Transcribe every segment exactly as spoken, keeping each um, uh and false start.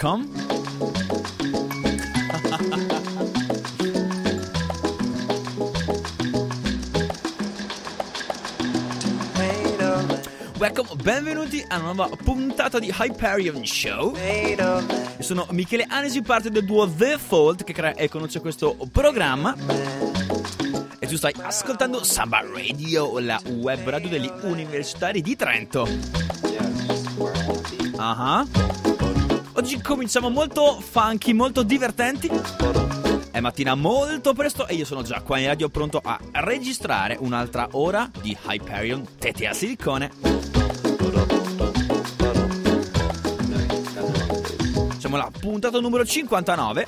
com. Welcome, benvenuti a una nuova puntata di Hyperion Show. Io sono Michele Anesi, parte del duo The Fault che crea e conduce questo programma. E tu stai ascoltando Samba Radio, la web radio degli universitari di Trento. Uh-huh. Oggi cominciamo molto funky, molto divertenti. È mattina molto presto e io sono già qua in radio pronto a registrare un'altra ora di Hyperion Tete a Silicone. Siamo alla puntata numero cinquantanove.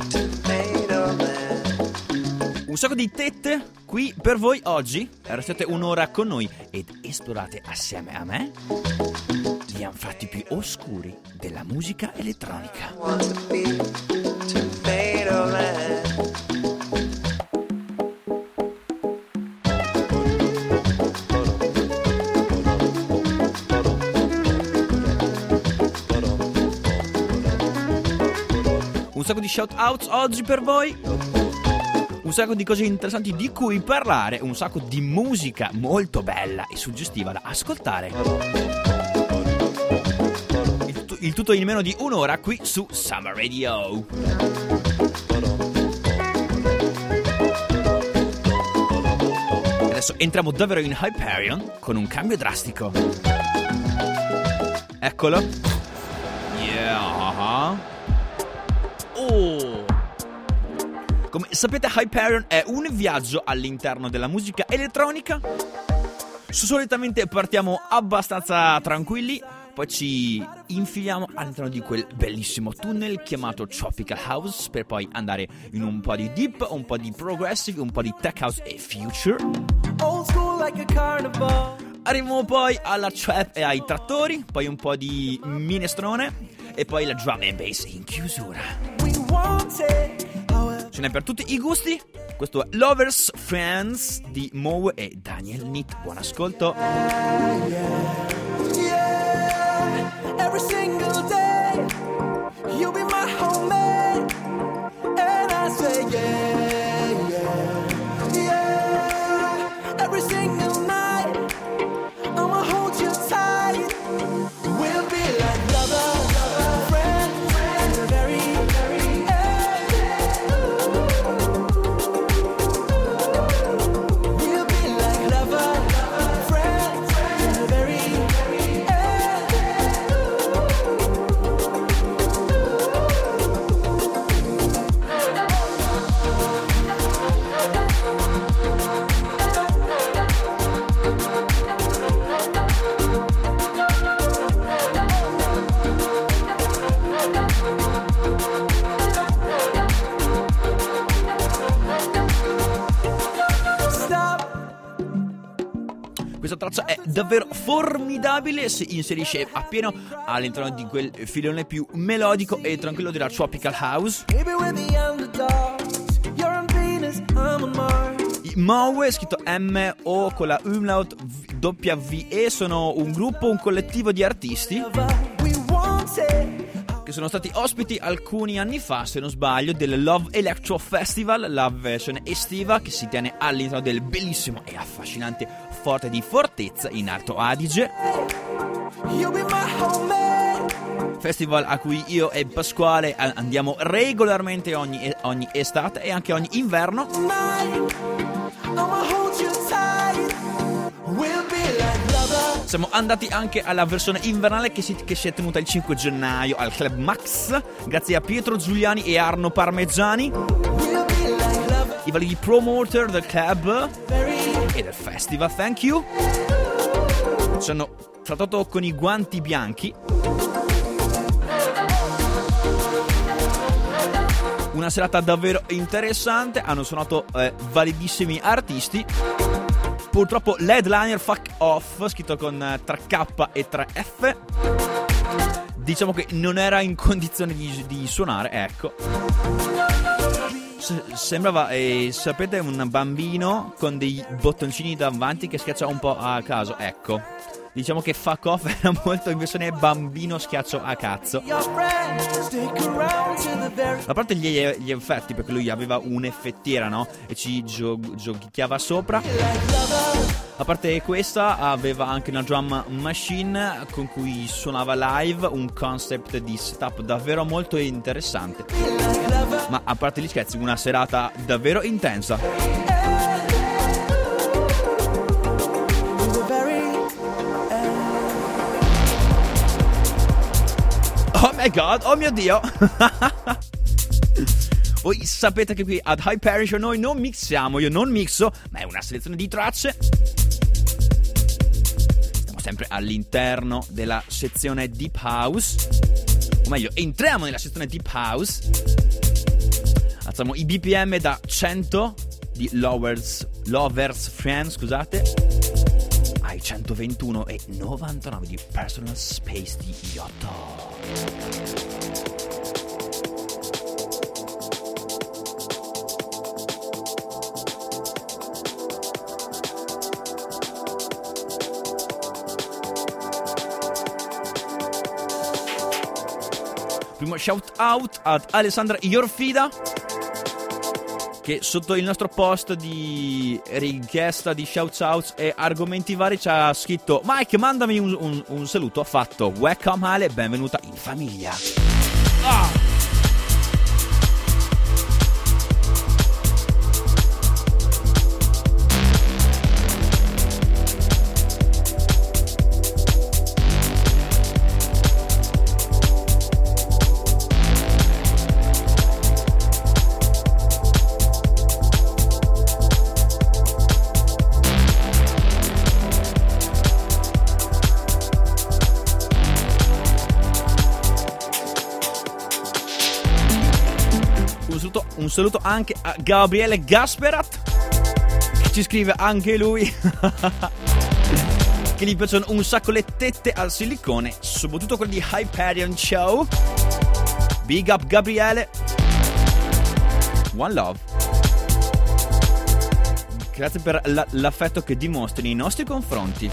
Un sacco di tette qui per voi oggi. Restate un'ora con noi ed esplorate assieme a me gli anfratti più oscuri della musica elettronica. Un sacco di shout outs oggi per voi, un sacco di cose interessanti di cui parlare, un sacco di musica molto bella e suggestiva da ascoltare. Il tutto, il tutto in meno di un'ora qui su Samba Radio. E adesso entriamo davvero in Hyperion con un cambio drastico. Eccolo. Yeah. Oh. Come sapete, Hyperion è un viaggio all'interno della musica elettronica. Solitamente partiamo abbastanza tranquilli, poi ci infiliamo all'interno di quel bellissimo tunnel chiamato Tropical House, per poi andare in un po' di deep, un po' di progressive, un po' di tech house e future. Old school like a carnival. Arriviamo poi alla trap e ai trattori, poi un po' di minestrone e poi la drum and bass in chiusura. Ce n'è per tutti i gusti. Questo è Lovers Friends di Moe e Daniel Neat. Buon ascolto. Yeah, yeah. Every single day you'll be my homemade. And I say yeah, yeah, yeah. Every single night I'ma hold you tight. We'll be like lovers, friends, friends, very, very, yeah. We'll be like lovers, friends, friends, very, very, yeah. Questa traccia è davvero formidabile, si inserisce appieno all'interno di quel filone più melodico e tranquillo della Tropical House. I Moe, scritto M O con la umlaut W E, sono un gruppo, un collettivo di artisti che sono stati ospiti alcuni anni fa, se non sbaglio, del Love Electro Festival, la versione estiva che si tiene all'interno del bellissimo e affascinante Forte di Fortezza in Alto Adige. Festival a cui io e Pasquale andiamo regolarmente ogni, ogni estate e anche ogni inverno. Siamo andati anche alla versione invernale che si, che si è tenuta il cinque gennaio al Club Max, grazie a Pietro Giuliani e Arno Parmeggiani, i validi promoter del club e del festival. Thank you. Ci hanno trattato con i guanti bianchi. Una serata davvero interessante, hanno suonato eh, validissimi artisti. Purtroppo l'headliner Fuck Off, scritto con tre K e tre F, diciamo che non era in condizione di, di suonare, ecco. S- sembrava, eh, sapete, un bambino con dei bottoncini davanti che schiaccia un po' a caso, ecco. diciamo che Fuck Off era molto in versione bambino schiaccio a cazzo. A parte gli, gli effetti, perché lui aveva un'effettiera, no? E ci gio- giochicchiava sopra. A parte questa, aveva anche una drum machine con cui suonava live, un concept di setup davvero molto interessante. Ma a parte gli scherzi, una serata davvero intensa. Oh my god, oh mio dio. Voi sapete che qui ad Hyperion Show noi non mixiamo, io non mixo, ma è una selezione di tracce. Stiamo sempre all'interno della sezione Deep House. O meglio, entriamo nella sezione Deep House. Alziamo i B P M da cento di Lovers, Lovers Friends, scusate, ai centoventuno e novantanove di Personal Space di Yotto. Primo shout out ad Alessandra Iorfida, che sotto il nostro post di richiesta di shout outs e argomenti vari ci ha scritto: Mike, mandami un, un, un saluto. Ha fatto: welcome Ale, benvenuta in famiglia. Ah! Un saluto anche a Gabriele Gasperat, che ci scrive anche lui che gli piacciono un sacco le tette al silicone, soprattutto quelle di Hyperion Show. Big up Gabriele, one love. Grazie per la, l'affetto che dimostri nei nostri confronti.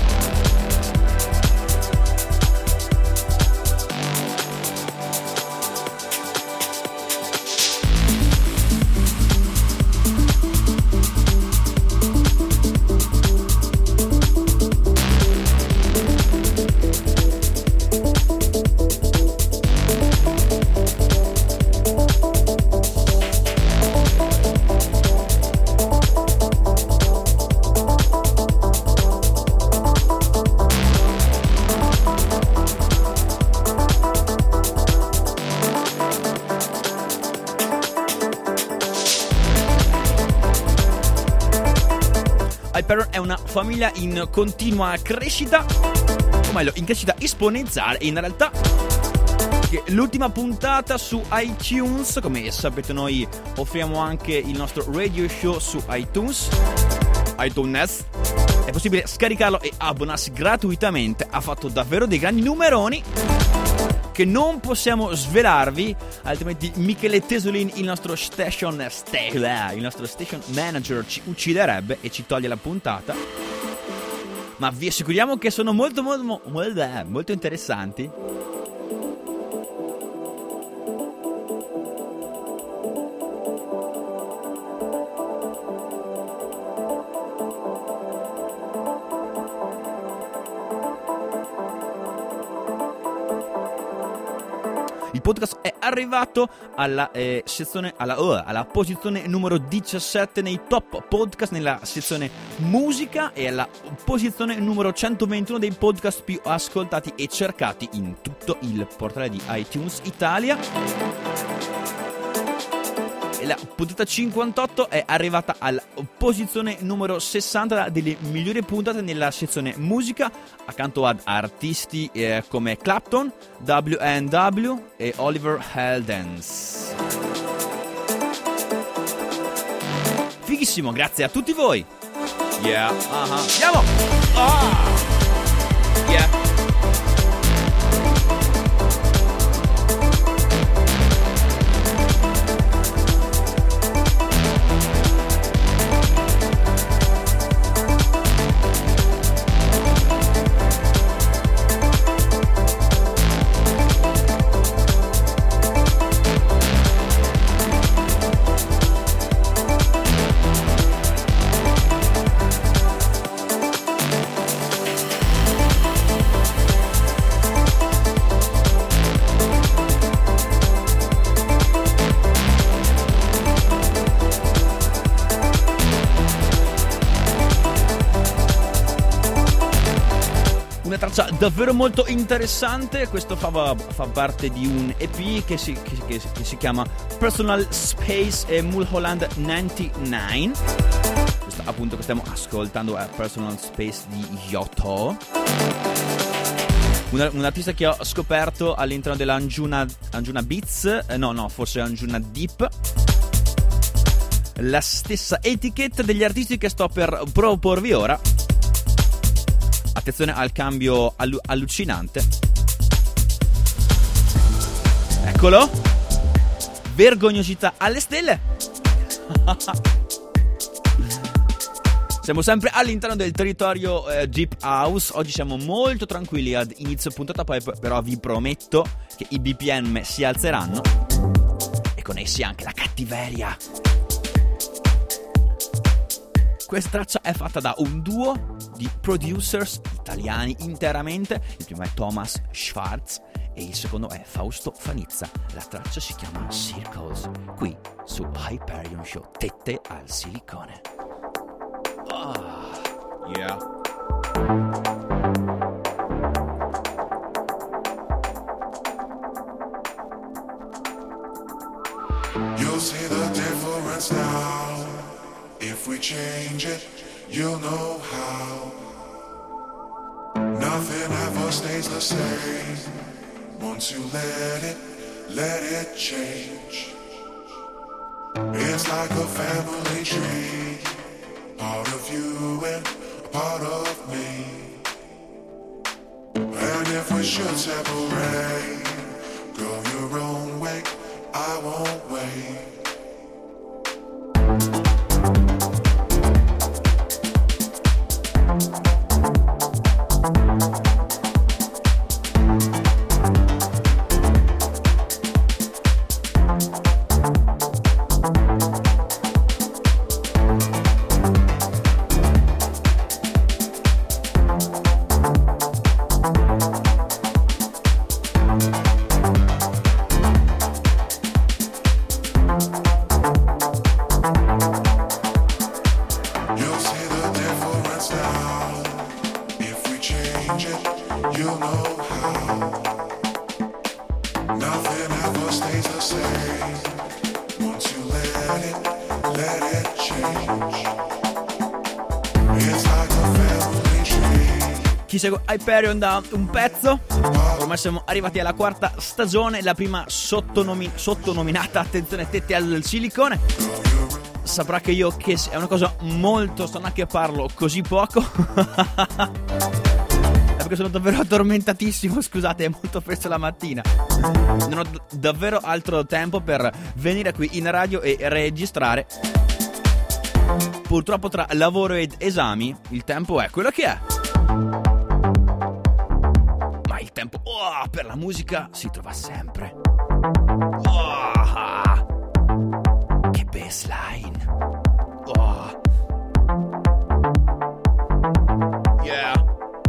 Hyperion è una famiglia in continua crescita, o meglio in crescita esponenziale. In realtà che l'ultima puntata su iTunes, come sapete noi offriamo anche il nostro radio show su iTunes, iTunes, è possibile scaricarlo e abbonarsi gratuitamente. Ha fatto davvero dei grandi numeroni che non possiamo svelarvi, altrimenti Michele Tesolin, il nostro station sta- il nostro station manager, ci ucciderebbe e ci toglie la puntata. Ma vi assicuriamo che sono molto molto molto, molto interessanti. Il podcast è arrivato alla eh, sezione alla, oh, alla posizione numero diciassette nei top podcast nella sezione musica e alla posizione numero centoventuno dei podcast più ascoltati e cercati in tutto il portale di iTunes Italia. E la puntata cinquantotto è arrivata alla posizione numero sessanta delle migliori puntate nella sezione musica, accanto ad artisti eh, come Clapton, W N W e Oliver Heldens. Fighissimo, grazie a tutti voi. Yeah, uh-huh. Andiamo! Ah! Yeah. traccia davvero molto interessante. Questo fa, fa parte di un E P che si, che, che, che si chiama Personal Space e Mulholland novantanove. Questo appunto che stiamo ascoltando è Personal Space di Yotto, un, un artista che ho scoperto all'interno della Anjuna, Anjuna Beats, eh, no no forse Anjuna Deep, la stessa etichetta degli artisti che sto per proporvi ora. Attenzione al cambio allu- allucinante. Eccolo. Vergognosità alle stelle. Siamo sempre all'interno del territorio eh, Deep House. Oggi siamo molto tranquilli ad inizio puntata, poi però vi prometto che i B P M si alzeranno e con essi anche la cattiveria. Questa traccia è fatta da un duo di producers italiani interamente. Il primo è Thomas Schwarz e il secondo è Fausto Fanizza. La traccia si chiama Circles, qui su Hyperion Show, tette al silicone. Oh, yeah. You'll see the difference now. If we change it, you'll know how. Nothing ever stays the same. Once you let it, let it change. It's like a family tree. Part of you and a part of me. And if we should separate, go your own way, I won't wait. Chi segue Hyperion da un pezzo, ormai siamo arrivati alla quarta stagione, la prima sottonomi- sottonominata, attenzione, tette al silicone, saprà che io, che è una cosa molto strana che parlo così poco, è perché sono davvero addormentatissimo, scusate, è molto presto la mattina, non ho d- davvero altro tempo per venire qui in radio e registrare. Purtroppo tra lavoro ed esami il tempo è quello che è. Il tempo oh, per la musica si trova sempre. Oh, che bassline. Oh. Yeah.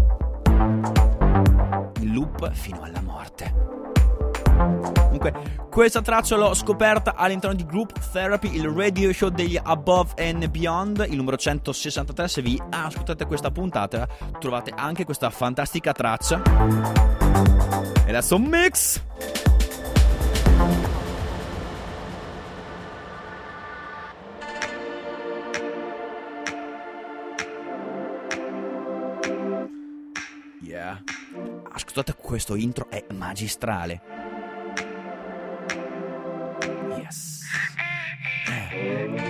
Il loop fino alla morte. Comunque, questa traccia l'ho scoperta all'interno di Group Therapy, il radio show degli Above and Beyond, il numero centosessantatré. Se vi ascoltate questa puntata trovate anche questa fantastica traccia. E adesso un mix. Yeah. Ascoltate, questo intro è magistrale. Yes. Eh.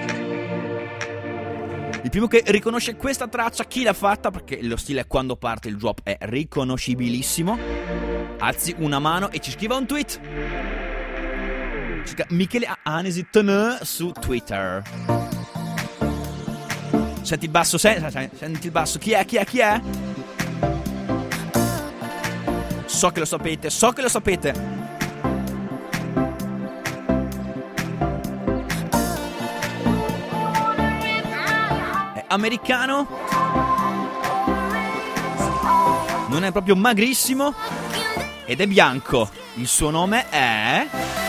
Il primo che riconosce questa traccia, chi l'ha fatta, perché lo stile quando parte il drop è riconoscibilissimo, alzi una mano e ci scriva un tweet. Michele Anesi su Twitter. Senti il basso, senti, senti il basso. Chi è, chi è, chi è? So che lo sapete, so che lo sapete. Americano, non è proprio magrissimo ed è bianco. Il suo nome è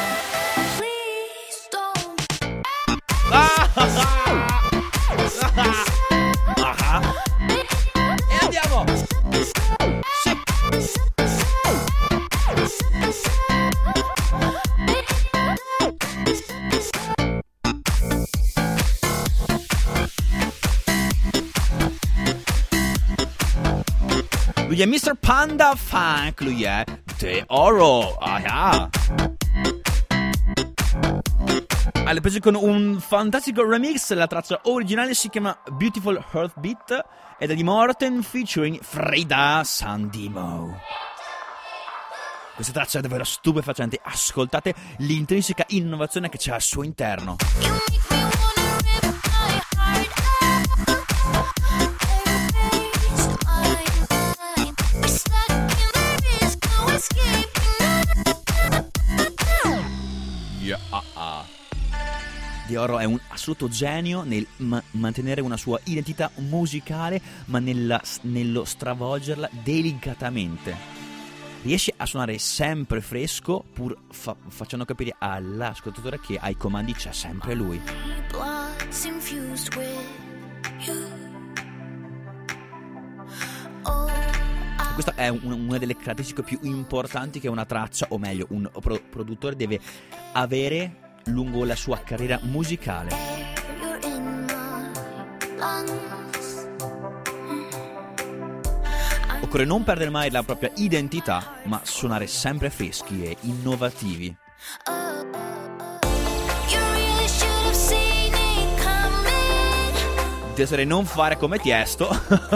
ah! Ah! E andiamo. Sì. Lui è mister Panda Funk, lui è De Oro. Ah, ah. Alle prese con un fantastico remix. La traccia originale si chiama Beautiful Heartbeat ed è di Morten featuring Frida Sandimo. Questa traccia è davvero stupefacente. Ascoltate l'intrinseca innovazione che c'è al suo interno. Yeah, ah, ah. De Oro è un assoluto genio nel ma- mantenere una sua identità musicale, ma nella, nello stravolgerla delicatamente. Riesce a suonare sempre fresco, pur fa- facendo capire all'ascoltatore che ai comandi c'è sempre lui. Questa è un- una delle caratteristiche più importanti che una traccia, o meglio, un pro- produttore deve avere lungo la sua carriera musicale. Occorre non perdere mai la propria identità, ma suonare sempre freschi e innovativi. Deve non fare come Tiesto,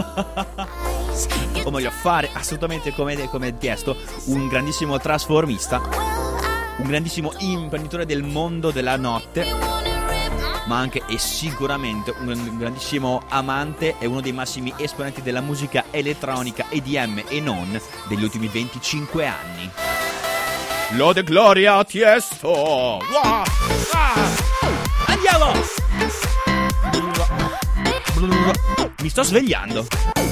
o meglio fare assolutamente come, come Tiesto, un grandissimo trasformista, un grandissimo imprenditore del mondo della notte, ma anche e sicuramente un grandissimo amante e uno dei massimi esponenti della musica elettronica E D M e non degli ultimi venticinque anni. Lode gloria a Tiesto! Wow! Ah! Andiamo! Mi sto svegliando.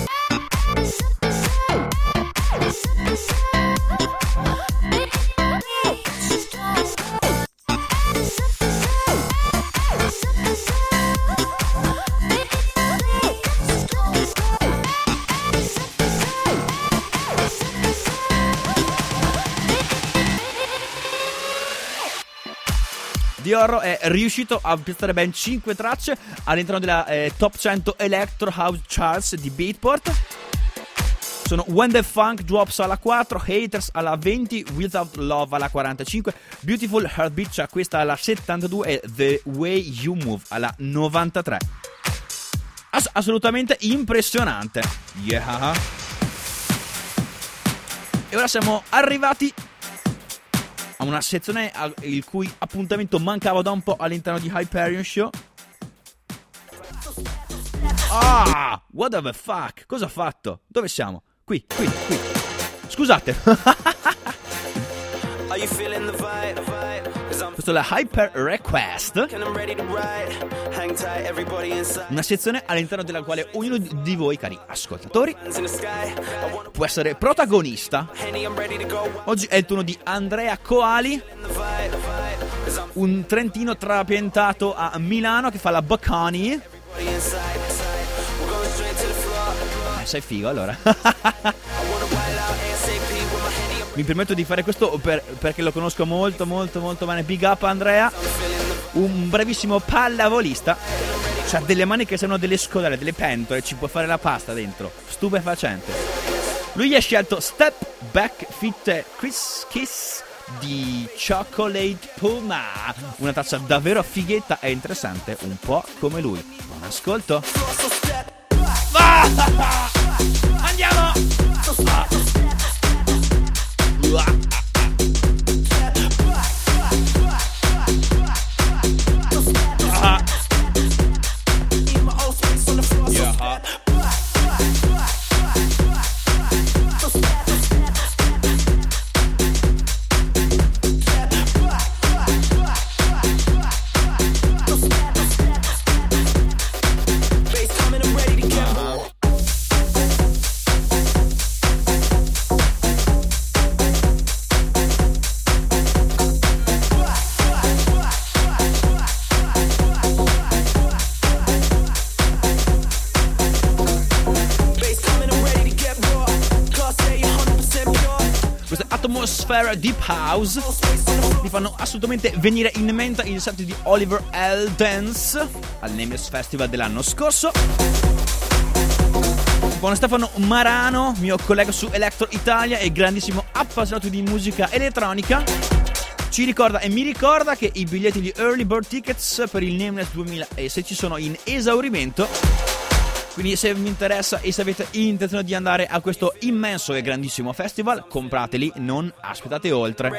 De Oro è riuscito a piazzare ben cinque tracce all'interno della eh, Top cento Electro House Charts di Beatport. Sono When the Funk Drops alla quattro, Haters alla venti, Without Love alla quarantacinque, Beautiful Heartbeat, cioè questa alla settantadue e The Way You Move alla novantatré. Ass- assolutamente impressionante. Yeah. E ora siamo arrivati a una sezione il cui appuntamento mancava da un po' all'interno di Hyperion Show. Ah, what the fuck? Cosa ha fatto? Dove siamo? Qui, qui, qui. Scusate. Questo è la Hyper Request, una sezione all'interno della quale ognuno di voi, cari ascoltatori, può essere protagonista. Oggi è il turno di Andrea Coali, un trentino trapiantato a Milano che fa la Bocconi. Eh, sei figo allora. Mi permetto di fare questo per, perché lo conosco molto molto molto bene. Big up Andrea, un bravissimo pallavolista, c'ha delle mani che sembrano delle scodelle, delle pentole, ci può fare la pasta dentro, stupefacente. Lui ha scelto Step Back Fit Chris Kiss di Chocolate Puma, una traccia davvero fighetta e interessante, un po' come lui. Buon ascolto. Ah! Andiamo. Ah. Yeah. Atmosfera Deep House mi fanno assolutamente venire in mente il set di Oliver Eldens al Nameless Festival dell'anno scorso. con Stefano Marano, mio collega su Electro Italia e grandissimo appassionato di musica elettronica, ci ricorda e mi ricorda che i biglietti di Early Bird Tickets per il Nameless duemilasedici sono in esaurimento. Quindi se vi interessa e se avete intenzione di andare a questo immenso e grandissimo festival, comprateli, non aspettate oltre.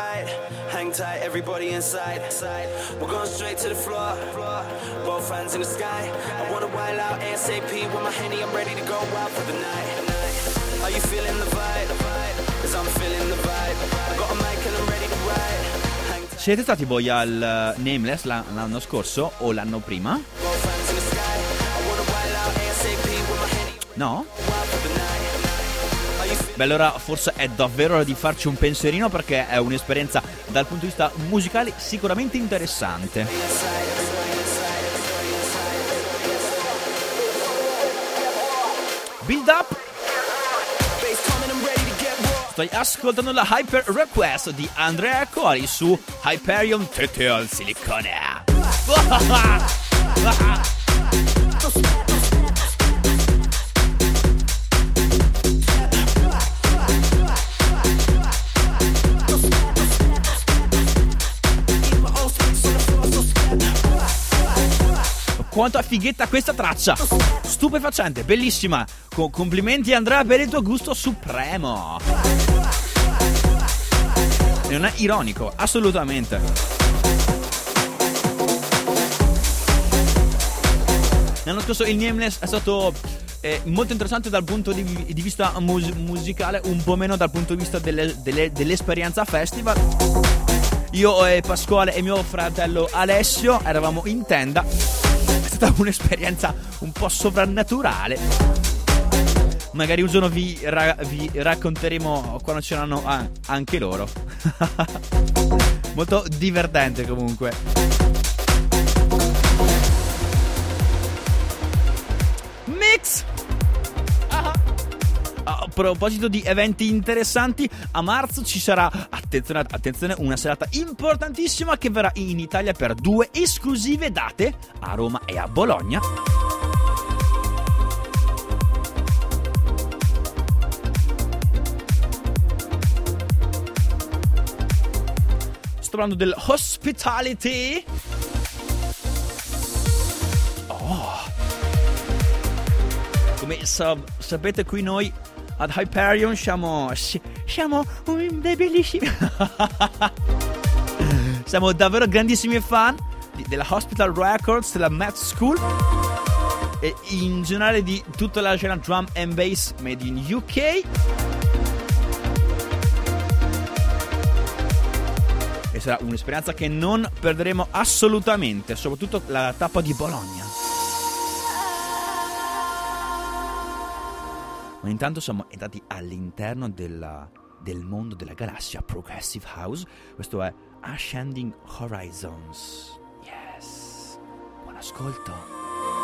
Siete stati voi al Nameless l'anno scorso o l'anno prima? No? Beh, allora forse è davvero ora di farci un pensierino, perché è un'esperienza dal punto di vista musicale sicuramente interessante. Build Up. Stai ascoltando la Hyper Request di Andrea Cori su Hyperion Tete al Silicone. Quanto è fighetta questa traccia, stupefacente, bellissima. Co- complimenti Andrea per il tuo gusto supremo. E non è ironico, assolutamente. L'anno scorso il Nameless è stato eh, molto interessante dal punto di, di vista mus- musicale, un po' meno dal punto di vista delle, delle, dell'esperienza festival. Io e Pasquale e mio fratello Alessio eravamo in tenda. È stata un'esperienza un po' sovrannaturale. Magari un giorno vi, ra- vi racconteremo quando ce l'hanno ah, anche loro. Molto divertente comunque. Mix. Ah. A proposito di eventi interessanti, a marzo ci sarà, attenzione, attenzione, una serata importantissima che verrà in Italia per due esclusive date a Roma e a Bologna. Sto parlando del Hospitality. Oh. Come sa- sapete qui noi ad Hyperion siamo siamo dei bellissimi siamo davvero grandissimi fan di, della Hospital Records, della Met School e in generale di tutta la scena drum and bass made in U K. E sarà un'esperienza che non perderemo assolutamente, soprattutto la tappa di Bologna. Ma intanto siamo entrati all'interno della, del mondo della galassia Progressive House. Questo è Ascending Horizons. Yes. Buon ascolto.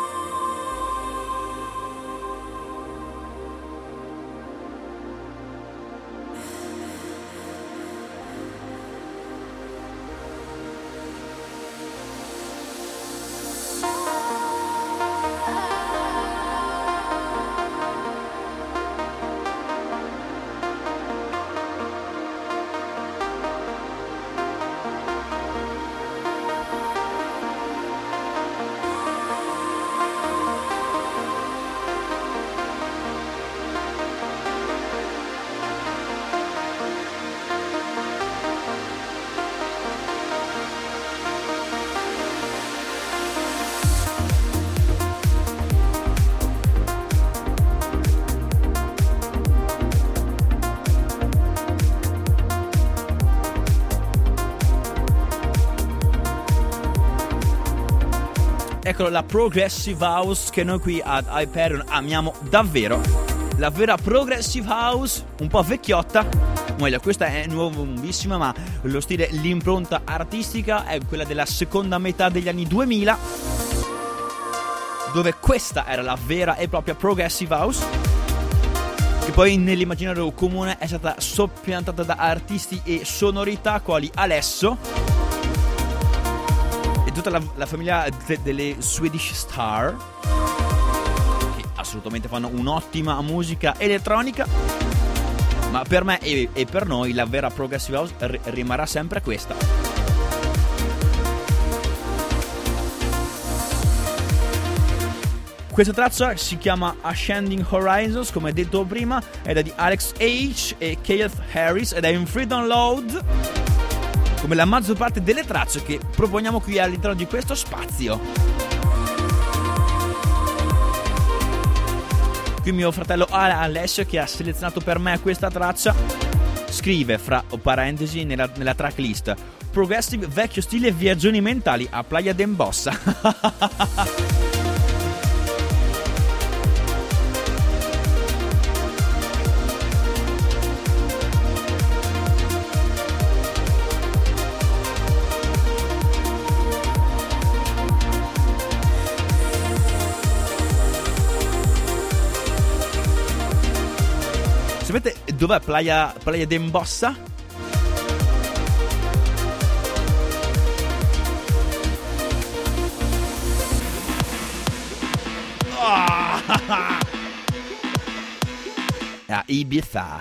Eccolo, la Progressive House che noi qui ad Hyperion amiamo davvero. La vera Progressive House, un po' vecchiotta. Meglio, questa è nuovissima, ma lo stile, l'impronta artistica è quella della seconda metà degli anni duemila, dove questa era la vera e propria Progressive House, che poi nell'immaginario comune è stata soppiantata da artisti e sonorità quali Alesso e tutta la, la famiglia de, delle Swedish Star, che assolutamente fanno un'ottima musica elettronica, ma per me e, e per noi la vera Progressive House r- rimarrà sempre questa. Questa traccia si chiama Ascending Horizons, come detto prima, ed è di Alex H e Keith Harris ed è in free download, come la maggior parte delle tracce che proponiamo qui all'interno di questo spazio. Qui mio fratello Alessio, che ha selezionato per me questa traccia, scrive fra parentesi nella, nella tracklist: Progressive vecchio stile viaggioni mentali a Playa d'Embossa. Sapete dov'è Playa, Playa d'Embossa? Oh! A Ibiza.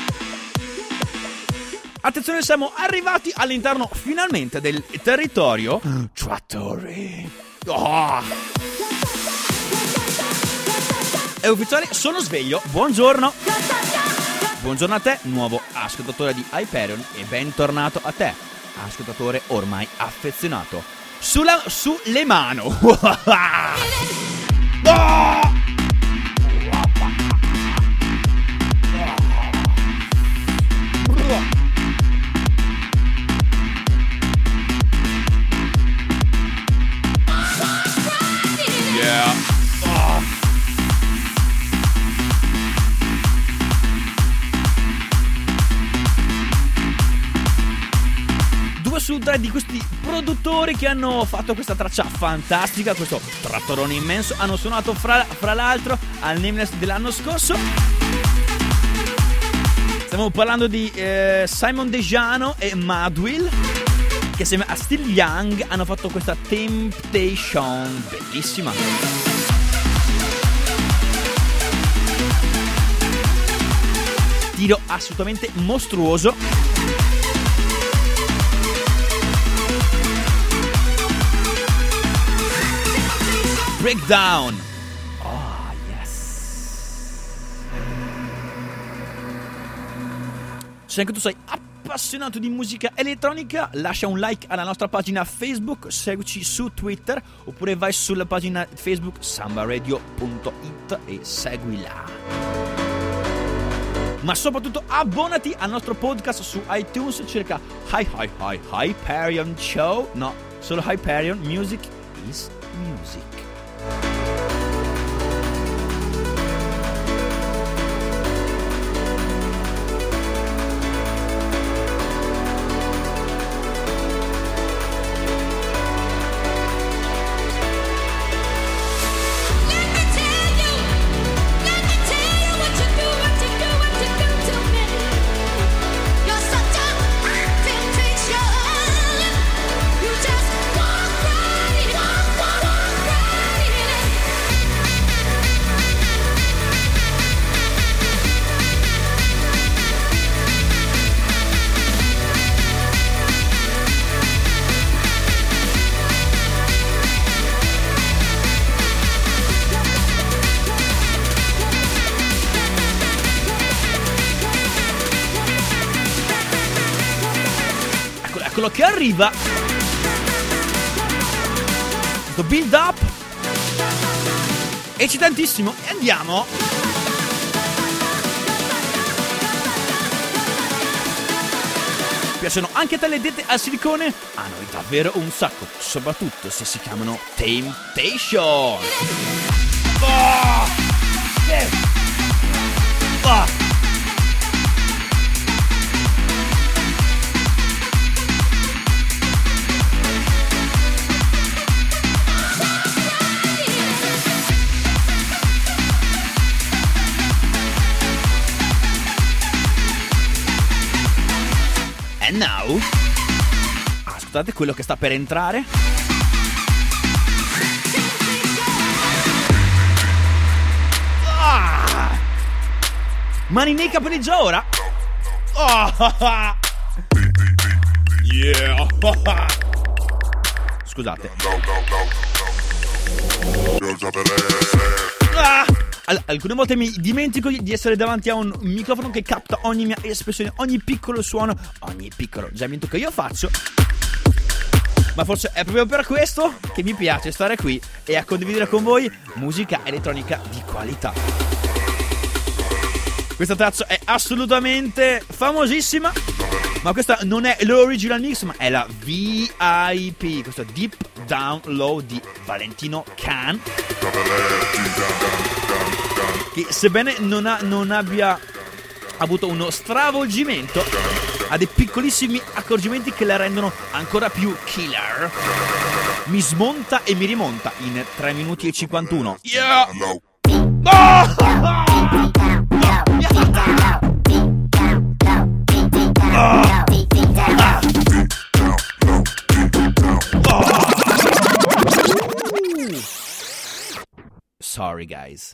Attenzione, siamo arrivati all'interno finalmente del territorio Trattori. Oh! È ufficiale, sono sveglio. Buongiorno. Buongiorno a te, nuovo ascoltatore di Hyperion, e bentornato a te, ascoltatore ormai affezionato. Sulla, sulle mano. Oh! Yeah. Su tre di questi produttori che hanno fatto questa traccia fantastica, questo trattorone immenso, hanno suonato fra, fra l'altro al Nameless dell'anno scorso. Stiamo parlando di eh, Simon Dejano e Madwill, che assieme a Still Young hanno fatto questa Temptation bellissima. Tiro assolutamente mostruoso. Breakdown. Oh, yes. Se anche tu sei appassionato di musica elettronica, lascia un like alla nostra pagina Facebook, seguici su Twitter oppure vai sulla pagina Facebook samba radio punto it e seguila. Ma soprattutto abbonati al nostro podcast su iTunes, cerca Hi Hi Hi Hyperion Show. No, solo Hyperion. Music is music. Eccolo che arriva. Questo build up eccitantissimo. E andiamo. Piacciono anche a te le dette al silicone? A noi davvero un sacco, soprattutto se si chiamano Temptation. Oh! Yeah. Oh! And now, ascoltate quello che sta per entrare. Mani nei capelli già ora. Oh, yeah. Scusate. Ah! Alcune volte mi dimentico di essere davanti a un microfono che capta ogni mia espressione, ogni piccolo suono, ogni piccolo gemito che io faccio. Ma forse è proprio per questo che mi piace stare qui e a condividere con voi musica elettronica di qualità. Questa traccia è assolutamente famosissima, ma questa non è l'original mix, ma è la V I P, questo Deep Down Low di Valentino Khan, che sebbene non, ha, non abbia avuto uno stravolgimento, ha dei piccolissimi accorgimenti che la rendono ancora più killer. Mi smonta e mi rimonta in tre minuti e cinquantuno. Yeah! Oh! Sorry guys.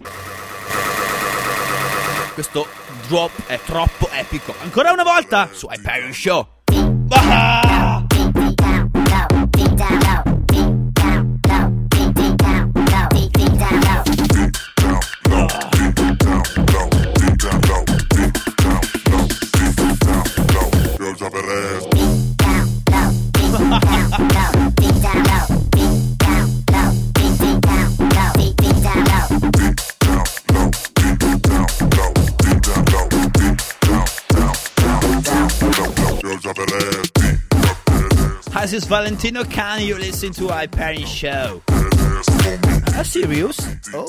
Questo drop è troppo epico. Ancora una volta su Hyperion Show. Ah! This is Valentino Khan, you listen to Hyperion Show. Are you serious? Oh.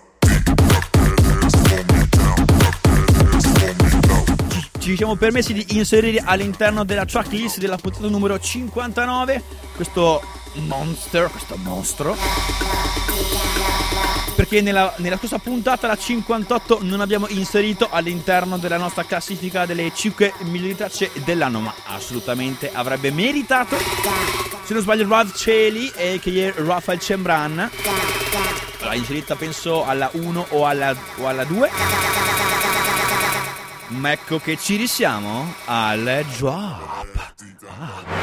Ci, ci siamo permessi di inserire all'interno della tracklist della puntata numero cinquantanove questo monster, questo mostro, perché nella, nella scorsa puntata, la cinquantotto, non abbiamo inserito all'interno della nostra classifica delle cinque migliori tracce dell'anno, ma assolutamente avrebbe meritato. Se non sbaglio Rav Celi e che è Rafael Cembran l'ha inserita penso alla uno o alla, o alla due, ma ecco che ci risiamo al drop. Ah.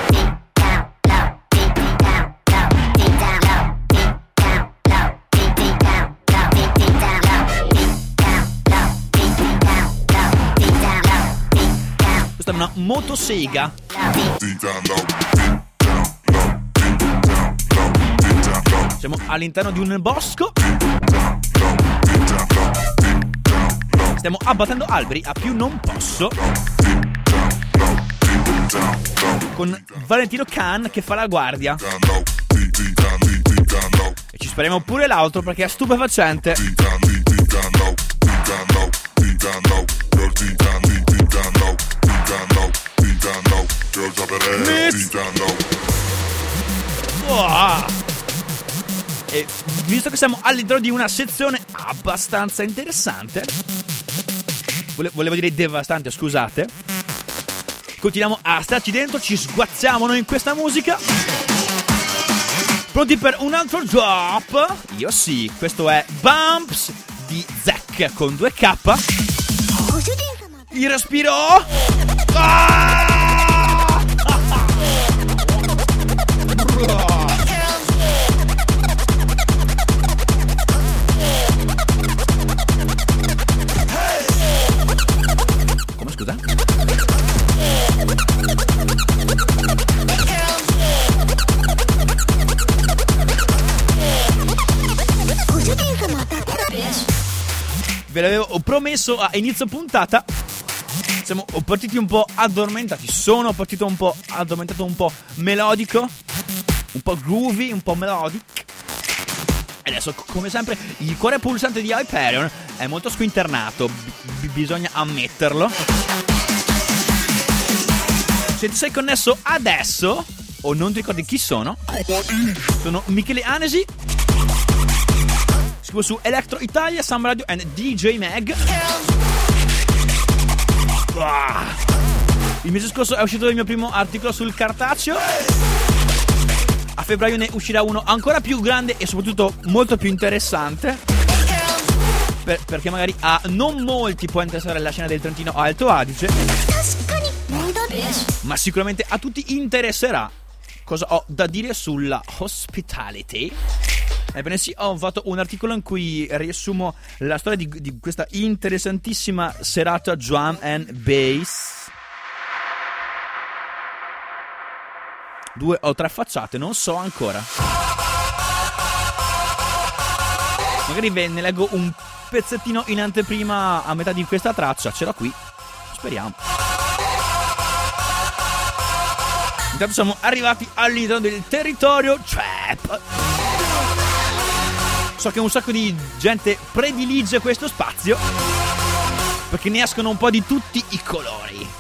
Questa è una motosega. Siamo all'interno di un bosco. Stiamo abbattendo alberi a più non posso, con Valentino Khan che fa la guardia. E ci spariamo pure l'altro perché è stupefacente. Oh. E visto che siamo all'interno di una sezione abbastanza interessante, vole- volevo dire devastante, scusate, continuiamo a starci dentro, ci sguazziamo noi in questa musica. Pronti per un altro drop? Io sì, questo è Bumps di Zack con due K. Il respiro. Ah! Come, scusa? Ve l'avevo promesso a inizio puntata. Siamo partiti un po' addormentati. Sono partito un po' addormentato, un po' melodico, un po' groovy, un po' melodic. E adesso, come sempre, il cuore pulsante di Hyperion è molto squinternato, b- bisogna ammetterlo. Se ti sei connesso adesso o non ti ricordi chi sono, sono Michele Anesi. Scrivo su Electro Italia, Sam Radio e D J Mag. Il mese scorso è uscito il mio primo articolo sul cartaceo. A febbraio ne uscirà uno ancora più grande e soprattutto molto più interessante. per, perché magari a non molti può interessare la scena del Trentino Alto Adige, ma sicuramente a tutti interesserà cosa ho da dire sulla hospitality. Ebbene sì, ho fatto un articolo in cui riassumo la storia di, di questa interessantissima serata drum and bass. Due o tre facciate, non so ancora. Magari ve ne leggo un pezzettino in anteprima a metà di questa traccia. Ce l'ho qui, speriamo. Intanto siamo arrivati all'interno del territorio trap. So che un sacco di gente predilige questo spazio perché ne escono un po' di tutti i colori.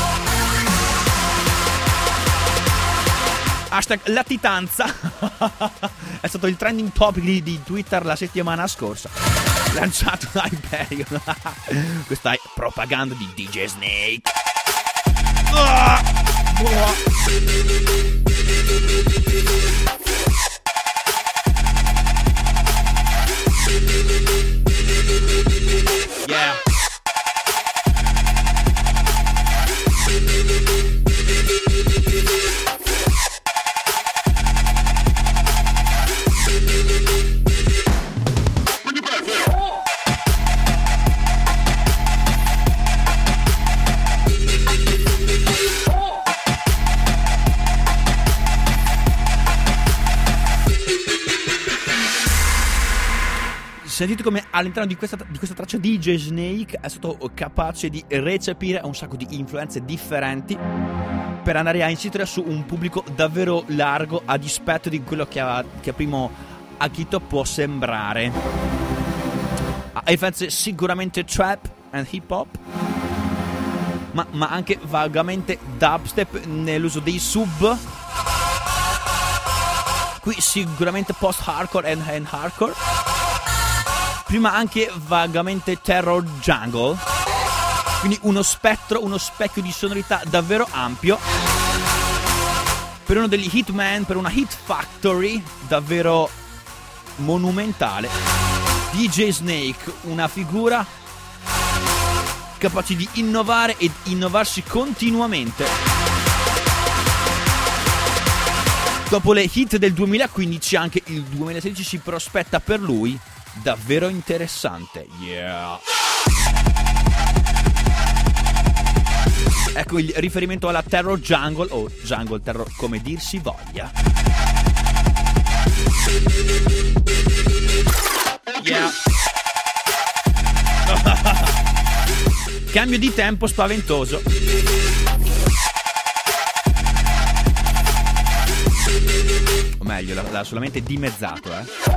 Hashtag latitanza è stato il trending topic di, di Twitter la settimana scorsa, lanciato da Hyperion. Questa è propaganda di D J Snake. Oh! Oh! Yeah. Sentite come all'interno di questa, di questa traccia D J Snake è stato capace di recepire un sacco di influenze differenti per andare a incidere su un pubblico davvero largo, a dispetto di quello che a, che a primo acchito può sembrare. Ha influenze sicuramente trap and hip hop, ma, ma anche vagamente dubstep nell'uso dei sub. Qui sicuramente post-hardcore and, and hardcore. Prima anche vagamente terror jungle. Quindi uno spettro, uno specchio di sonorità davvero ampio per uno degli hitman, per una hit factory davvero monumentale. D J Snake, una figura capace di innovare ed innovarsi continuamente. Dopo le hit del duemilaquindici, anche il duemilasedici si prospetta per lui davvero interessante. Yeah. Ecco il riferimento alla terror jungle, o jungle terror come dir si voglia. Yeah. Cambio di tempo spaventoso. O meglio, l'ha, l'ha solamente dimezzato, eh.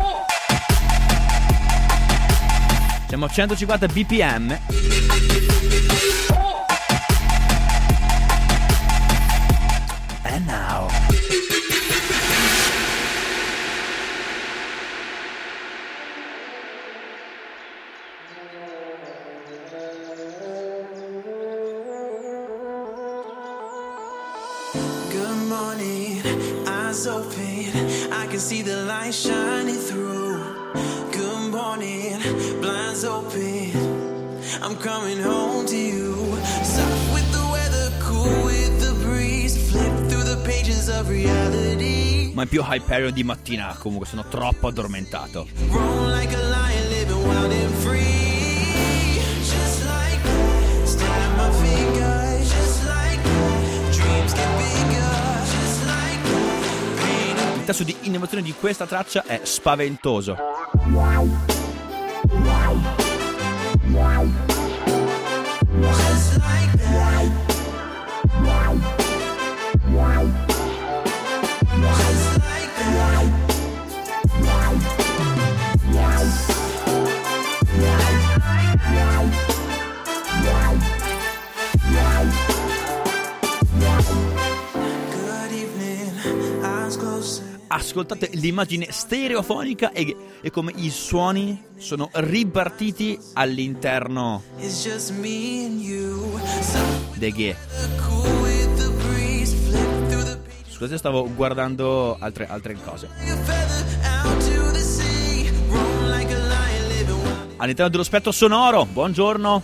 Siamo a centocinquanta bpm. And now good morning, eyes open, I can see the light shining through. Good morning, blinds open, I'm coming home to you. Soft with the weather, cool with the breeze, flip through the pages of reality. Ma in più Hyperion di mattina, comunque sono troppo addormentato. Roll like a lion, living wild and free. Just like that, snap my fingers. Just like that, dreams get bigger. Just like that, pain. Il tasso di innovazione di questa traccia è spaventoso. Just like that. Just like that. Good evening, eyes closed. Ascoltate l'immagine stereofonica e, e come i suoni sono ripartiti all'interno It's just me and you. dei ghe. Cool with the breeze, flip through the pages. Scusate, stavo guardando altre, altre cose. Like a feather out to the sea. Roll like a lion, living wild. all'interno dello spettro sonoro. Buongiorno.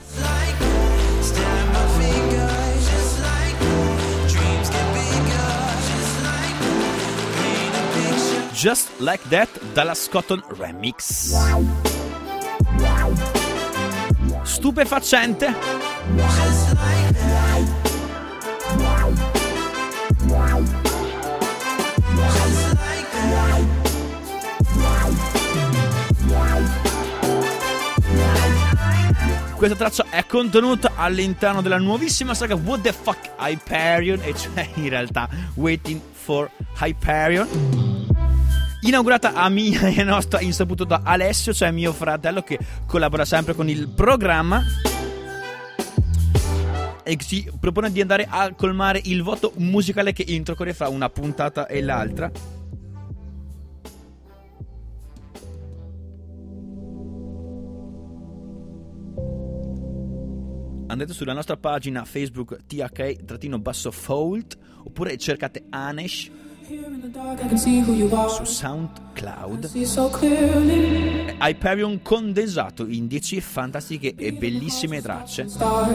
Just Like That dalla Scotton Remix. Stupefacente. Questa traccia è contenuta all'interno della nuovissima saga What the Fuck Hyperion, e cioè in realtà Waiting for Hyperion, inaugurata a mia e nostra insaputa da Alessio, cioè mio fratello, che collabora sempre con il programma e ci propone di andare a colmare il vuoto musicale che intercorre fra una puntata e l'altra. Andate sulla nostra pagina Facebook T H Basso-Fold, oppure cercate Anesh su SoundCloud. Hyperion condensato in dieci fantastiche e bellissime tracce.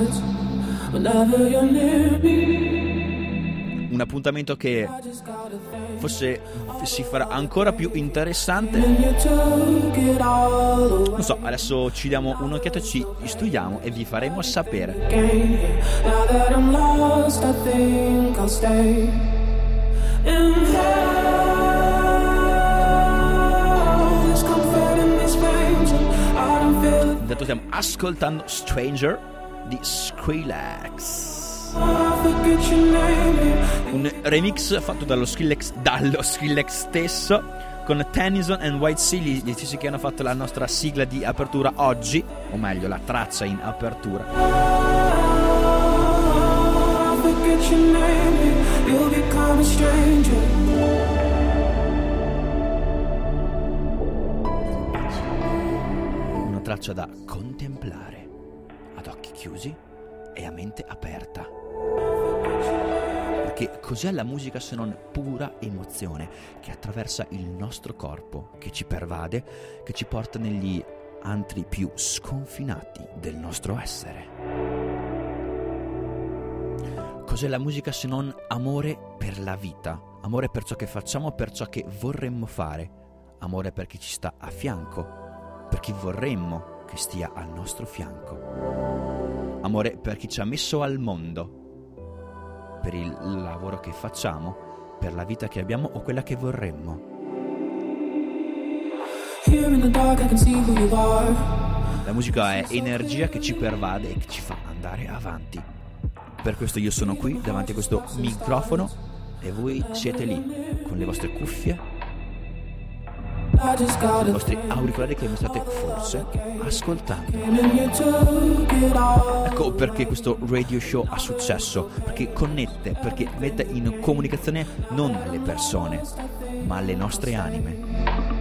Un appuntamento che forse si farà ancora più interessante. Non so, adesso ci diamo un'occhiata, ci studiamo e vi faremo sapere. Intanto stiamo ascoltando Stranger di Skrillex, un remix fatto dallo Skrillex, dallo Skrillex stesso, con Tennyson and White Sea, gli stessi che hanno fatto la nostra sigla di apertura oggi, o meglio la traccia in apertura. Una traccia da contemplare ad occhi chiusi e a mente aperta, perché cos'è la musica se non pura emozione che attraversa il nostro corpo, che ci pervade, che ci porta negli antri più sconfinati del nostro essere. Cos'è la musica se non amore per la vita, amore per ciò che facciamo, per ciò che vorremmo fare, amore per chi ci sta a fianco, per chi vorremmo che stia al nostro fianco, amore per chi ci ha messo al mondo, per il lavoro che facciamo, per la vita che abbiamo o quella che vorremmo. La musica è energia che ci pervade e che ci fa andare avanti. Per questo io sono qui davanti a questo microfono e voi siete lì con le vostre cuffie, i vostri auricolari che mi state forse ascoltando. Ecco perché questo radio show ha successo, perché connette, perché mette in comunicazione non le persone, ma le nostre anime.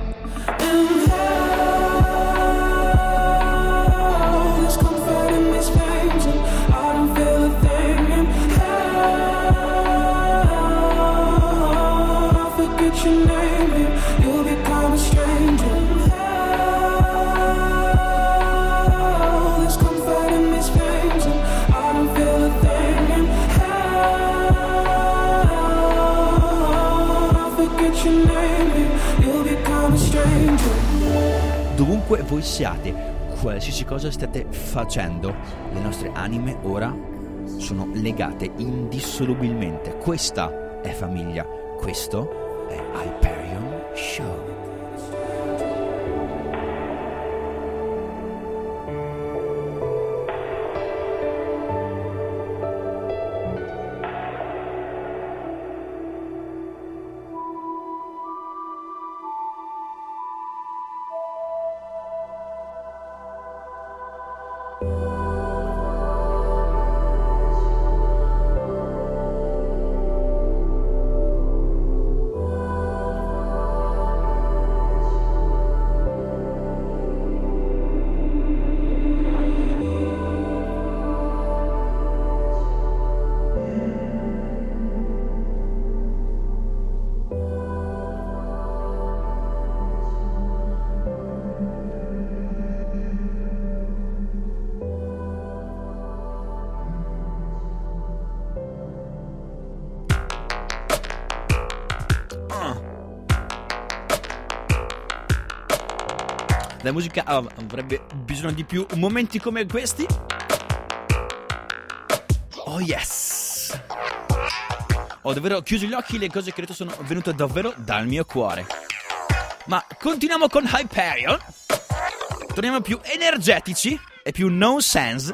Dovunque voi siate, qualsiasi cosa stiate facendo, le nostre anime ora sono legate indissolubilmente. Questa è famiglia, questo è Hyperion Show. la musica avrebbe bisogno di più momenti come questi. Oh yes! Ho davvero chiuso gli occhi, le cose che ho detto sono venute davvero dal mio cuore. Ma continuiamo con Hyperion. Torniamo più energetici e più nonsense.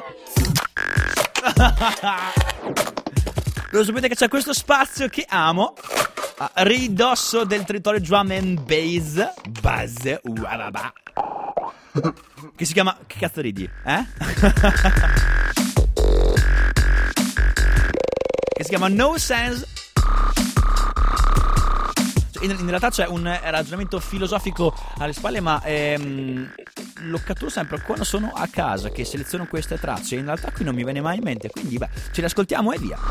Lo sapete che c'è questo spazio che amo a ridosso del territorio drum and bass base uababa, che si chiama, che cazzo ridi? Eh? Che si chiama No Sense. In, in realtà c'è un ragionamento filosofico alle spalle, ma ehm, lo catturo sempre quando sono a casa che seleziono queste tracce. In realtà qui non mi viene mai in mente, quindi beh, ce le ascoltiamo e via.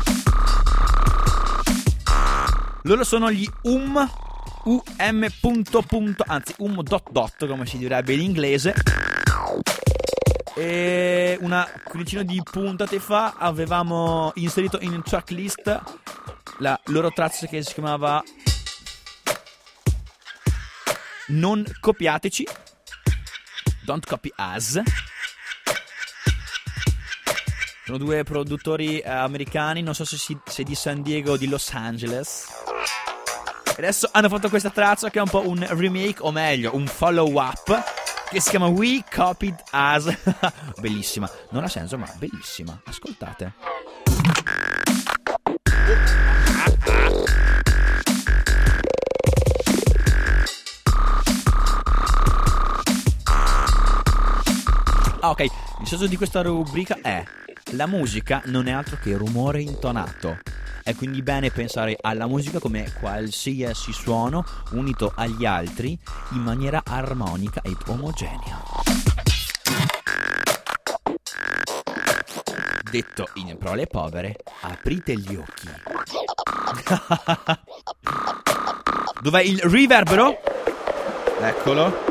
Loro sono gli um um punto punto, anzi um dot dot come si direbbe in inglese. E una quindicina di puntate fa avevamo inserito in tracklist la loro traccia che si chiamava Non copiateci, Don't Copy Us. Sono due produttori eh, americani, non so se, si, se di San Diego o di Los Angeles. E adesso hanno fatto questa traccia che è un po' un remake, o meglio, un follow up, che si chiama We Copied Us. Bellissima, non ha senso ma bellissima, ascoltate. Ah, ok, il senso di questa rubrica è: la musica non è altro che rumore intonato. È quindi bene pensare alla musica come qualsiasi suono unito agli altri in maniera armonica ed omogenea. Detto in parole povere, aprite gli occhi. Dov'è il riverbero? Eccolo.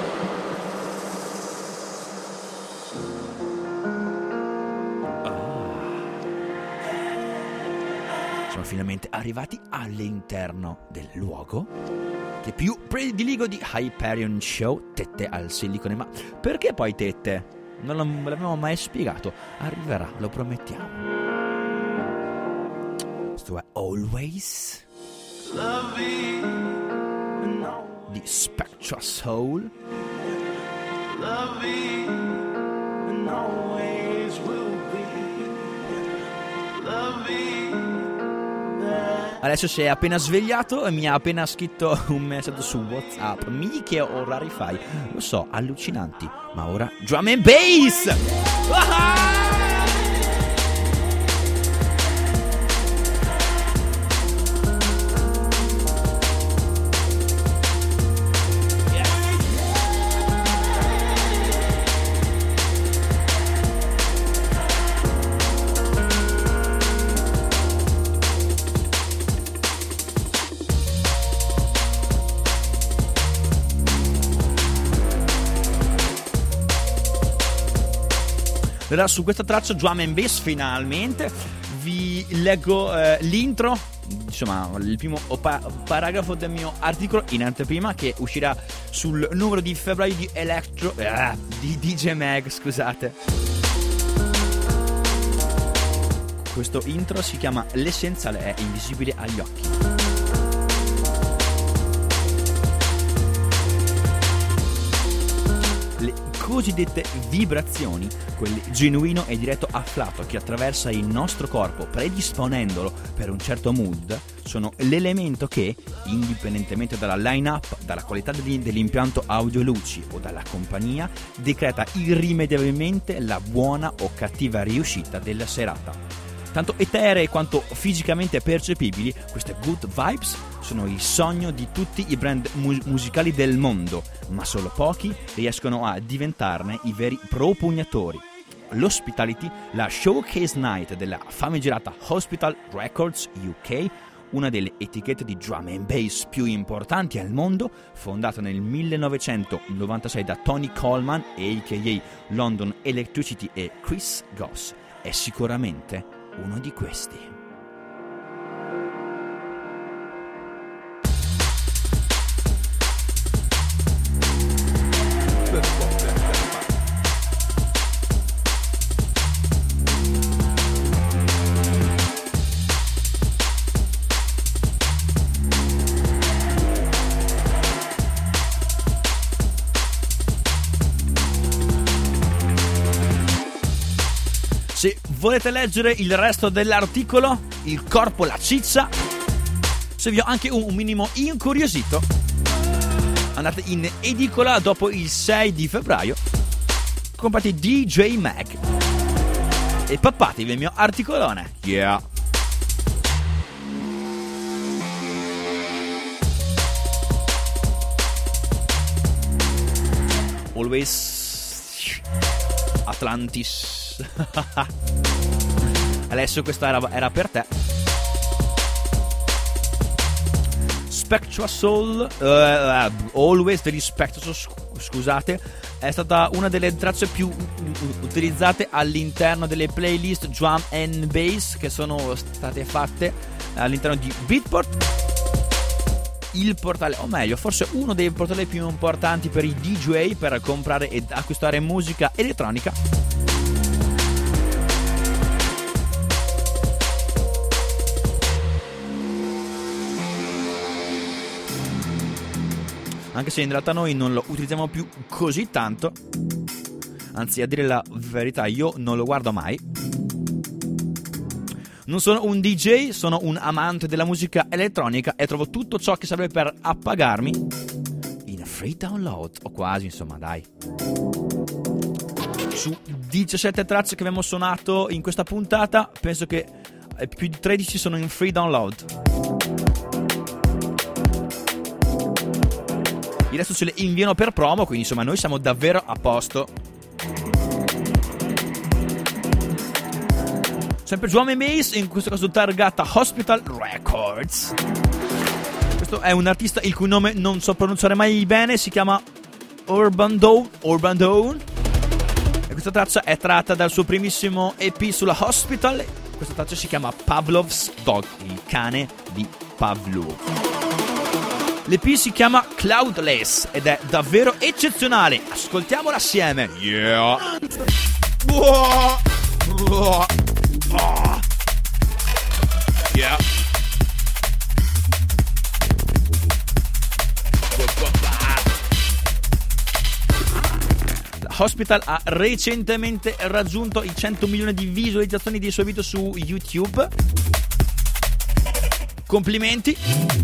Siamo finalmente arrivati all'interno del luogo che più prediligo di Hyperion Show, tette al silicone. Ma perché poi tette? Non me l'abbiamo mai spiegato. Arriverà, lo promettiamo. Questo è Always di Spectra Soul. Adesso si è appena svegliato e mi ha appena scritto un messaggio su WhatsApp. Mi che orari fai? Lo so, allucinanti. Ma ora drum and bass! Ah! Allora, su questa traccia drum and bass finalmente vi leggo eh, l'intro, insomma il primo pa- paragrafo del mio articolo in anteprima, che uscirà sul numero di febbraio di Electro eh, di D J Mag, scusate. Questo intro si chiama L'essenziale è invisibile agli occhi. Cosiddette vibrazioni, quel genuino e diretto afflato che attraversa il nostro corpo predisponendolo per un certo mood, sono l'elemento che, indipendentemente dalla line-up, dalla qualità dell'impianto audio luci o dalla compagnia, decreta irrimediabilmente la buona o cattiva riuscita della serata. Tanto eteree quanto fisicamente percepibili, queste good vibes sono il sogno di tutti i brand mu- musicali del mondo, ma solo pochi riescono a diventarne i veri propugnatori. L'Hospitality, la showcase night della famigerata Hospital Records U K, una delle etichette di drum and bass più importanti al mondo, fondata nel millenovecentonovantasei da Tony Coleman, a k a. London Electricity, e Chris Goss, è sicuramente uno di questi. Se volete leggere il resto dell'articolo, il corpo, la ciccia, se vi ho anche un minimo incuriosito, andate in edicola dopo il sei di febbraio, comprate D J Mag e pappatevi il mio articolone. Yeah. Always Atlantis. Alessio, questa era, era per te. Spectra Soul, uh, uh, Always degli Spectra, scusate, è stata una delle tracce più utilizzate all'interno delle playlist drum and bass che sono state fatte all'interno di Beatport, il portale, o meglio, forse uno dei portali più importanti per i D J per comprare ed acquistare musica elettronica. Anche se in realtà noi non lo utilizziamo più così tanto, anzi, a dire la verità, io non lo guardo mai. Non sono un D J, sono un amante della musica elettronica e trovo tutto ciò che serve per appagarmi in free download, o quasi, insomma, dai. Su diciassette tracce che abbiamo suonato in questa puntata, penso che più di tredici sono in free download. Il resto ce le inviano per promo, quindi insomma noi siamo davvero a posto. Sempre Drum and Bass, in questo caso targata Hospital Records. Questo è un artista il cui nome non so pronunciare mai bene, si chiama Urban Dawn, Urban Dawn. E questa traccia è tratta dal suo primissimo E P sulla Hospital. Questa traccia si chiama Pavlov's Dog, il cane di Pavlov. L'E P si chiama Cloudless ed è davvero eccezionale. Ascoltiamola assieme. Yeah. Whoa. Whoa. Oh. Yeah. La Hospital ha recentemente raggiunto i cento milioni di visualizzazioni dei suoi video su YouTube. Complimenti.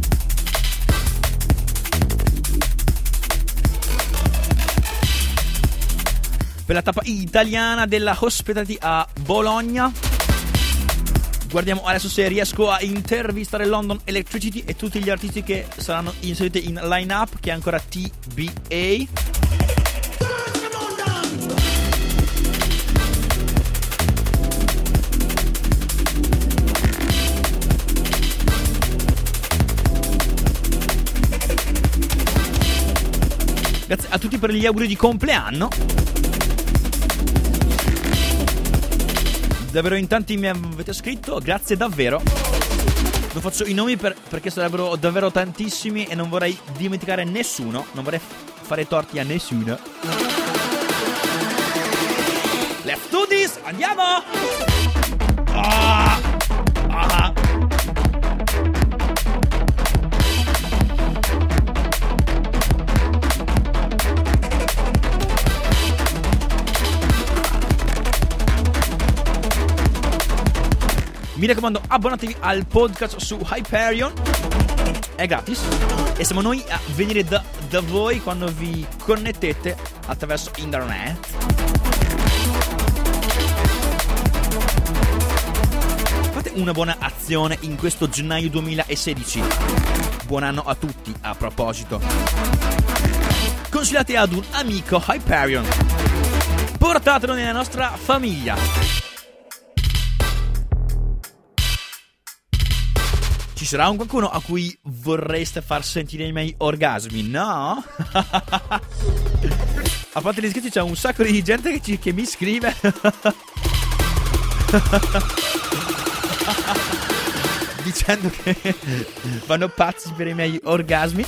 Per la tappa italiana della Hospitality a Bologna. Guardiamo adesso se riesco a intervistare London Electricity e tutti gli artisti che saranno inseriti in line-up, che è ancora T B A. Grazie a tutti per gli auguri di compleanno. Davvero in tanti mi avete scritto, grazie davvero. Non faccio i nomi per, perché sarebbero davvero tantissimi e non vorrei dimenticare nessuno. Non vorrei fare torti a nessuno. Let's do this, andiamo! Ah! Ah! Mi raccomando, abbonatevi al podcast su Hyperion, è gratis e siamo noi a venire da, da voi quando vi connettete attraverso internet. Fate una buona azione in questo gennaio duemilasedici. Buon anno a tutti, a proposito. Consigliate ad un amico Hyperion. Portatelo nella nostra famiglia. Ci sarà un qualcuno a cui vorreste far sentire i miei orgasmi, no? A parte gli scherzi, c'è un sacco di gente che, ci, che mi scrive dicendo che vanno pazzi per i miei orgasmi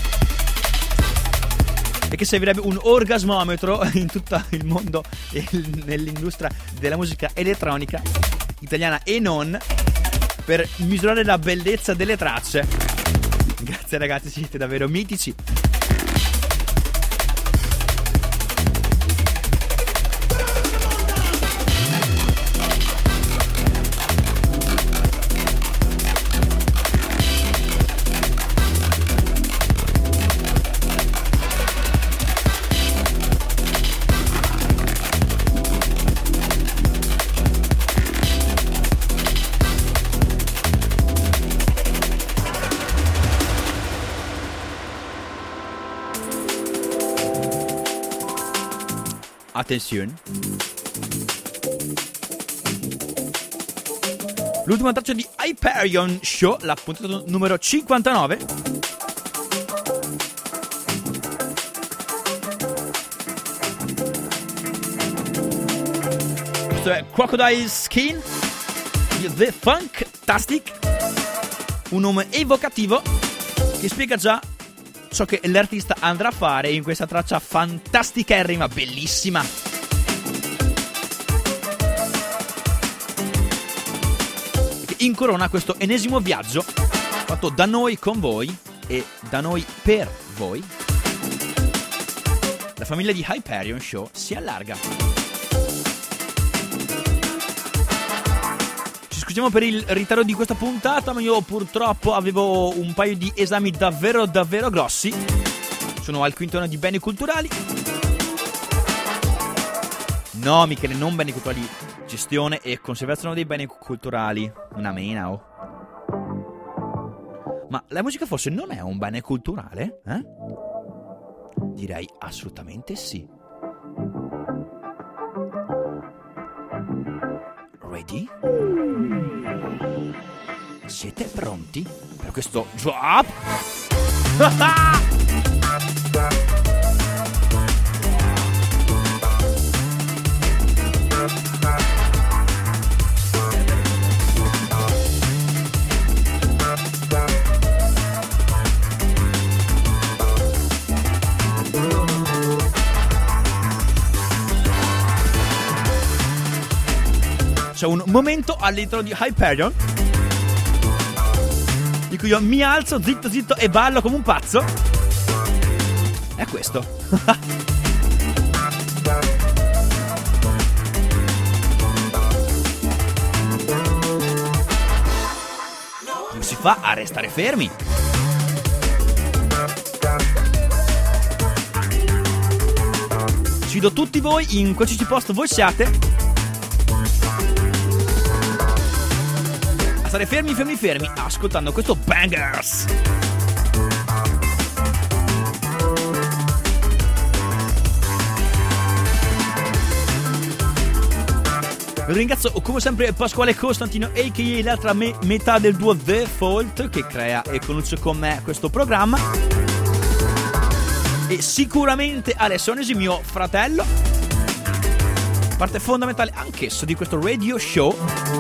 e che servirebbe un orgasmometro in tutto il mondo e nell'industria della musica elettronica italiana e non, per misurare la bellezza delle tracce. Grazie ragazzi, siete davvero mitici. Attenzione. L'ultima traccia di Hyperion Show, la puntata numero cinquantanove. Questo è Crocodile Skin di The Funktastic, un nome evocativo che spiega già ciò che l'artista andrà a fare in questa traccia fantasticherrima, bellissima. Che incorona questo ennesimo viaggio fatto da noi con voi e da noi per voi. La famiglia di Hyperion Show si allarga. Scusiamo per il ritardo di questa puntata, ma io purtroppo avevo un paio di esami davvero davvero grossi. Sono al quinto anno di beni culturali. No, Michele, non beni culturali, gestione e conservazione dei beni culturali. Una mena, oh. Ma la musica forse non è un bene culturale? Eh? Direi assolutamente sì. Ready? Siete pronti per questo drop? C'è un momento all'intro di Hyperion di cui io mi alzo zitto zitto e ballo come un pazzo. È questo. Come si fa a restare fermi? Sfido tutti voi in qualsiasi posto voi siate stare fermi, fermi, fermi, ascoltando questo bangers. Ringrazio come sempre Pasquale Costantino, a k a l'altra me- metà del duo The Fault, che crea e conduce con me questo programma. E sicuramente Alessio, mio fratello, parte fondamentale anch'esso di questo radio show.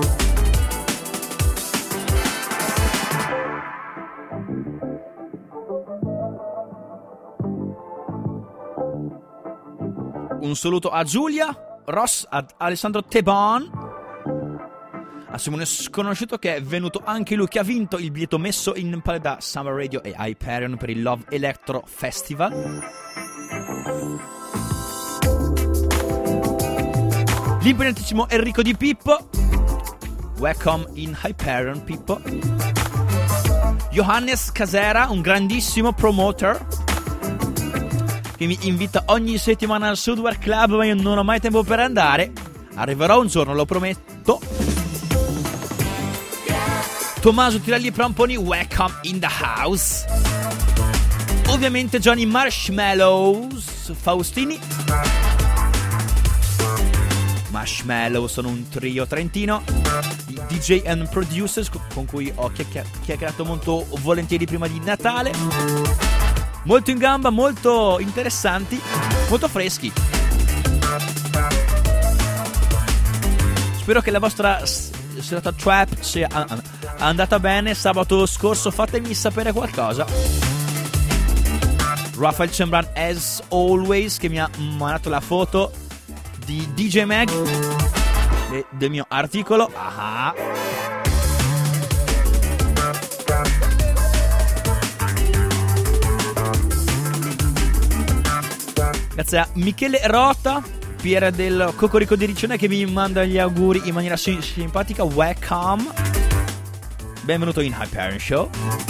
Un saluto a Giulia, Ross, ad Alessandro Teban, a Simone Sconosciuto, che è venuto anche lui, che ha vinto il biglietto messo in palio da Summer Radio e Hyperion per il Love Electro Festival. L'impegnatissimo Enrico Di Pippo, welcome in Hyperion, Pippo. Johannes Casera, un grandissimo promoter che mi invita ogni settimana al Sudware Club, ma io non ho mai tempo per andare. Arriverò un giorno, lo prometto. Tommaso Tirelli Promponi, welcome in the house. Ovviamente Johnny Marshmallows Faustini. Marshmallow sono un trio trentino di D J and producers con cui ho chiacchierato molto volentieri prima di Natale. Molto in gamba, molto interessanti, molto freschi. Spero che la vostra serata trap sia andata bene sabato scorso. Fatemi sapere qualcosa. Rafael Cembran, as always, che mi ha mandato la foto di D J Mag e del mio articolo. Ah. Grazie a Michele Rota, Piera del Cocorico di Riccione, che mi manda gli auguri in maniera sim- simpatica. Welcome. Benvenuto in Hyperion Show.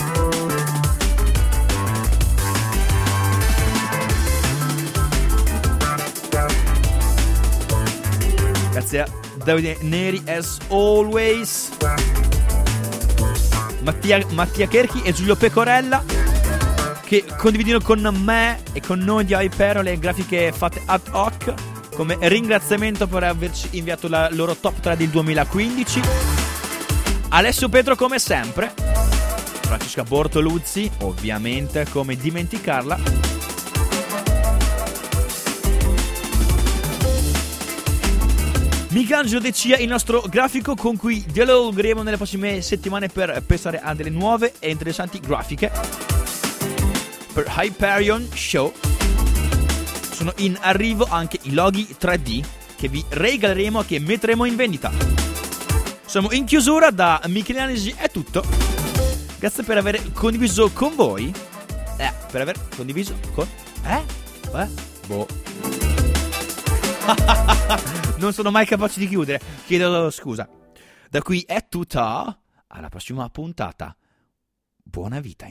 Grazie a Davide Neri, as always. Mattia, Mattia Cherchi e Giulio Pecorella, che condividono con me e con noi di Hyperion le grafiche fatte ad hoc come ringraziamento per averci inviato la loro top tre del duemilaquindici. Alessio Petro come sempre, Francesca Bortoluzzi, ovviamente, come dimenticarla, Michelangelo De Cia, il nostro grafico con cui dialogheremo nelle prossime settimane per pensare a delle nuove e interessanti grafiche per Hyperion Show. Sono in arrivo anche i loghi tre D che vi regaleremo e che metteremo in vendita. Siamo in chiusura, da Michelangelo è tutto. Grazie per aver condiviso con voi. Eh, per aver condiviso con... Eh? Eh? Boh. Non sono mai capace di chiudere. Chiedo scusa. Da qui è tutta. Alla prossima puntata. Buona vita.